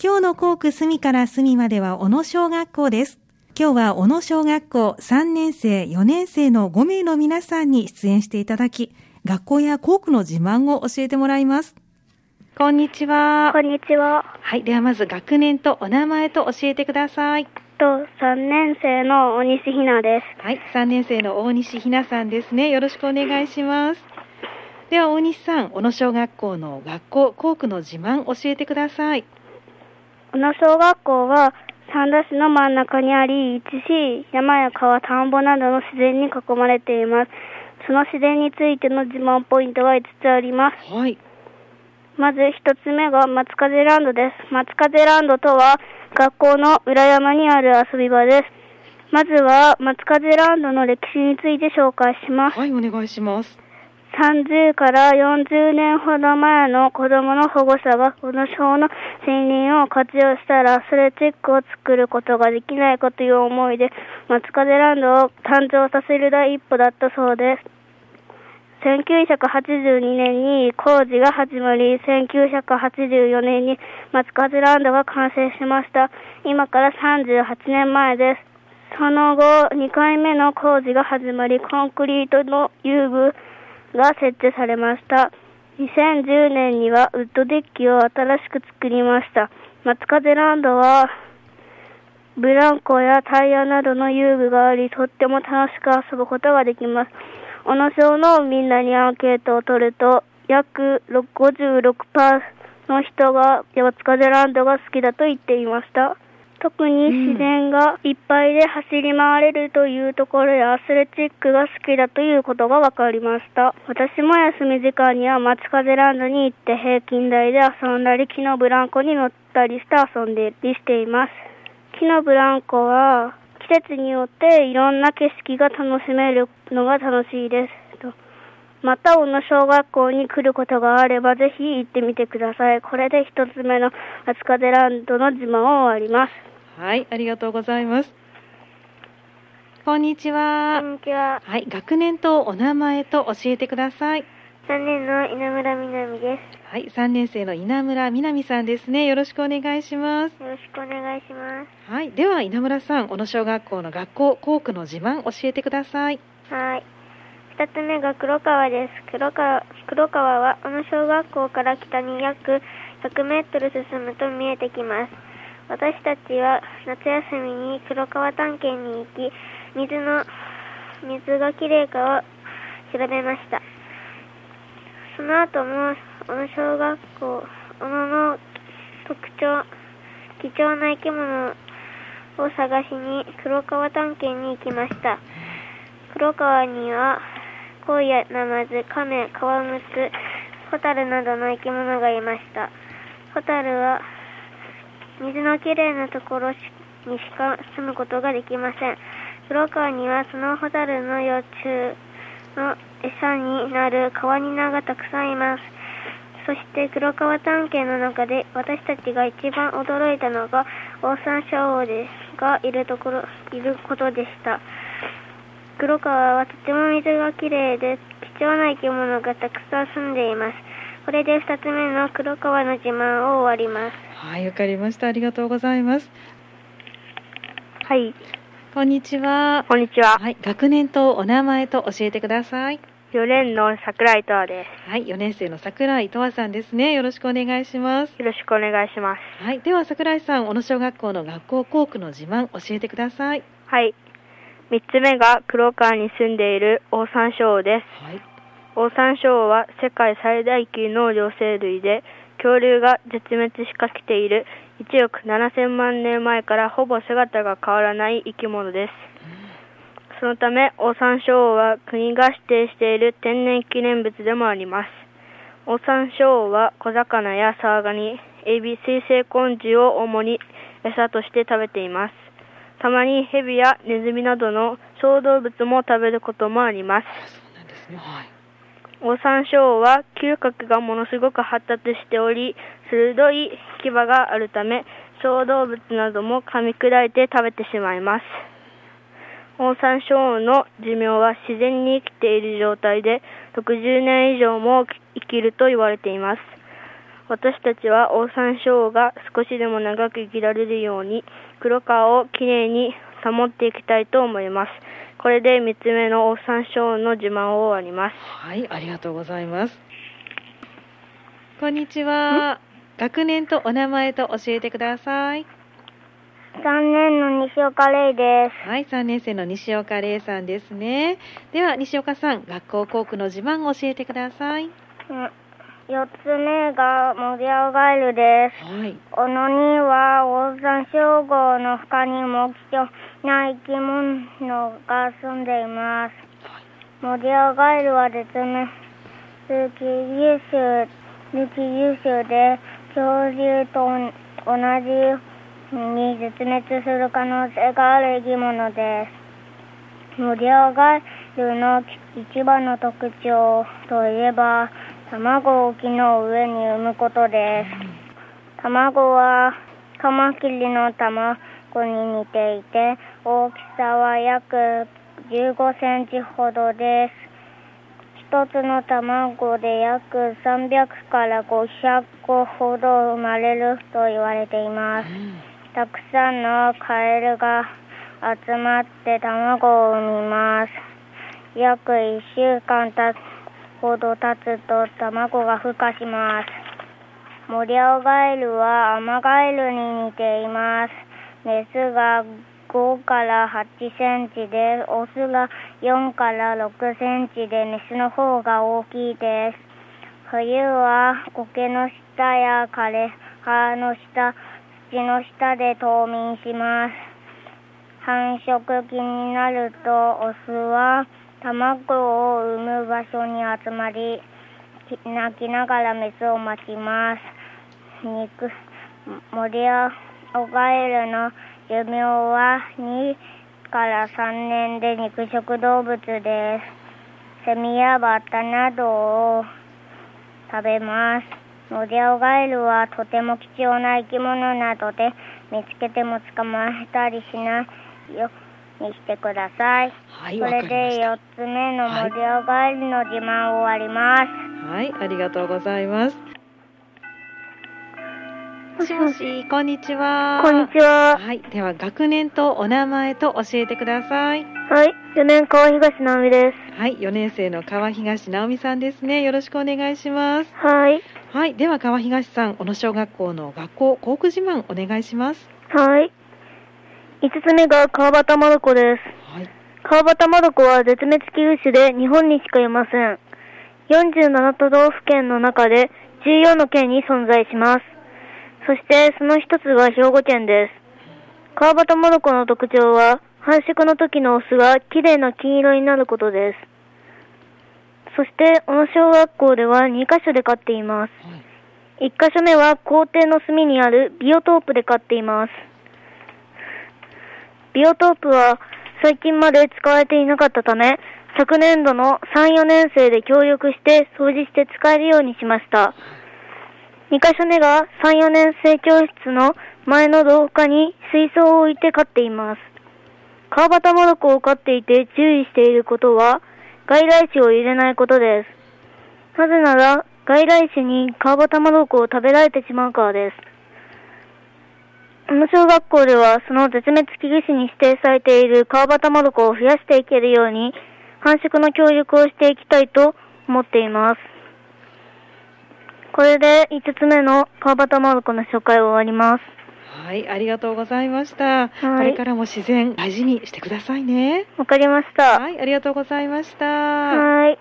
今日の校区隅から隅までは小野小学校です。今日は小野小学校3年生、4年生の5名の皆さんに出演していただき、学校や校区の自慢を教えてもらいます。こんにちは。 こんにちは。 はい、ではまず学年とお名前と教えてください。 3年生の大西ひなです。 はい、3年生の大西ひなさんですね。よろしくお願いします。では大西さん、小野小学校の学校、校区の自慢教えてください。 小野小学校は三田市の真ん中にあり、一市、山や川、田んぼなどの自然に囲まれています。その自然についての自慢ポイントが5つあります。 はい。 まず1つ目が松風ランドです。松風ランドとは学校の裏山にある遊び場です。まずは松風ランドの歴史について紹介します。 はい、お願いします。 30から40年ほど前の子どもの保護者がこの小の森林を活用したらアスレチックを作ることができないかという思いで松風ランドを誕生させる第一歩だったそうです。1982年に工事が始まり、1984年に松風ランドが完成しました。今から38年前です。その後、2回目の工事が始まり、コンクリートの遊具が設置されました。2010年にはウッドデッキを新しく作りました。松風ランドはブランコやタイヤなどの遊具があり、とっても楽しく遊ぶことができます。小野小のみんなにアンケートを取ると、約 56% の人が松風ランドが好きだと言っていました。特に自然がいっぱいで走り回れるというところやアスレチックが好きだということが分かりました。私も休み時間には松風ランドに行って平均台で遊んだり、木のブランコに乗ったりして遊んでりしています。木のブランコは季節によっていろんな景色が楽しめるのが楽しいです。また小野小学校に来ることがあればぜひ行ってみてください。これで一つ目の松風ランドの自慢を終わります。 はい、ありがとうございます。こんにちは。 こんにちは。 はい、学年とお名前と教えてください。 3年の稲村みなみです。 はい、3年生の稲村みなみさんですね。よろしくお願いします。 よろしくお願いします。 はい、では稲村さん、小野小学校の学校、校区の自慢教えてください。 はい。2つ目が黒川です。黒川は小野小学校から北に約100メートル進むと見えてきます。私たちは夏休みに黒川探検に行き、水がきれいかを調べました。その後も小野小学校、小野の貴重な生き物を探しに黒川探検に行きました。黒川には鯉やナマズ、カメ、カワムツ、ホタルなどの生き物がいました。ホタルは水のきれいなところにしか住むことができません。黒川にはそのホタルの幼虫の餌になるカワニナがたくさんいます。そして黒川探検の中で私たちが一番驚いたのがオオサンショウウオがいることでした。黒川はとても水がきれいで貴重な生き物がたくさん住んでいます。これで2つ目の黒川の自慢を終わります。 はい、わかりました。ありがとうございます。 はい。 こんにちは。 こんにちは。 はい、学年とお名前と教えてください。 4年の桜井とわです。 はい、4年生の桜井とわさんですね。よろしくお願いします。 よろしくお願いします。 はい、では桜井さん、小野小学校の学校校区の自慢教えてください。 はい。3つ目が黒川に住んでいるオオサンショウウオです。 はい。 オオサンショウウオは世界最大級の両生類で、恐竜が絶滅しかけている1億7000万年前からほぼ姿が変わらない生き物です。そのためオオサンショウウオは国が指定している天然記念物でもあります。オオサンショウウオは小魚やサワガニ、エビ、水生昆虫を主に餌として食べています。たまにヘビやネズミなどの小動物も食べることもあります。 そうなんですね。はい。 オオサンショウウオは嗅覚がものすごく発達しており、鋭い牙があるため小動物なども噛み砕いて食べてしまいます。オオサンショウウオの寿命は自然に生きている状態で60年以上も生きると言われています。 私たちはオオサンショウウオが少しでも長く生きられるように黒川をきれいに保っていきたいと思います。これで3つ目のオオサンショウウオの自慢を終わります。 はい、ありがとうございます。こんにちは。学年とお名前と教えてください。 3年の西岡玲です。 はい、3年生の西岡玲さんですね。では西岡さん、学校校区の自慢を教えてください。 4つ目がモディアオガエルです。 はい。 小野にはオオサンショウウオの他にも貴重な生き物が住んでいます。モディアオガエルは絶滅危惧種で恐竜と同じように絶滅する可能性がある生き物です。モディアオガエルの一番の特徴といえば卵を木の上に産むことです。卵はカマキリの卵に似ていて大きさは約15センチほどです。一つの卵で約300から500個ほど生まれると言われています。たくさんのカエルが集まって卵を産みます。約1週間ほど経つと卵が孵化します。モディアオガエルはアマガエルに似ています。メスが5から8センチでオスが4から6センチでメスの方が大きいです。冬は苔の下や枯葉の下、土の下で冬眠します。繁殖期になるとオスは卵を産む場所に集まり鳴きながらメスを待ちます。モディアオガエルの寿命は2から3年で肉食動物です。セミやバッタなどを食べます。モディアオガエルはとても貴重な生き物なので見つけても捕まえたりしないよにしてください。 はい、 これで4つ目のモディアオガエルの自慢を終わります。 はい、ありがとうございます。もしもし、こんにちは。 こんにちは。 はい、では学年とお名前と教えてください。 はい、4年川東直美です。 はい、4年生の川東直美さんですね。よろしくお願いします。 はい。 はい、では川東さん、小野小学校の学校校区自慢お願いします。 はい。5つ目が川端まどこです。はい、川端まどこは絶滅危惧種で日本にしかいません。47都道府県の中で14の県に存在します。そしてその一つが兵庫県です。川端まどこの特徴は繁殖の時のオスがきれいな金色になることです。そして小野小学校では2カ所で飼っています。1カ所目は校庭の隅にあるビオトープで飼っています。ビオトープは最近まで使われていなかったため、昨年度の3、4年生で協力して掃除して使えるようにしました。2カ所目が3、4年生教室の前の廊下に水槽を置いて飼っています。川端まどこを飼っていて注意していることは、外来種を入れないことです。なぜなら、外来種に川端まどこを食べられてしまうからです。この小学校ではその絶滅危惧種に指定されている川端まどこを増やしていけるように繁殖の協力をしていきたいと思っています。これで5つ目の川端まどこの紹介を終わります。 はい、ありがとうございました。これからも自然大事にしてくださいね。 わかりました。 はい、ありがとうございました。 はい。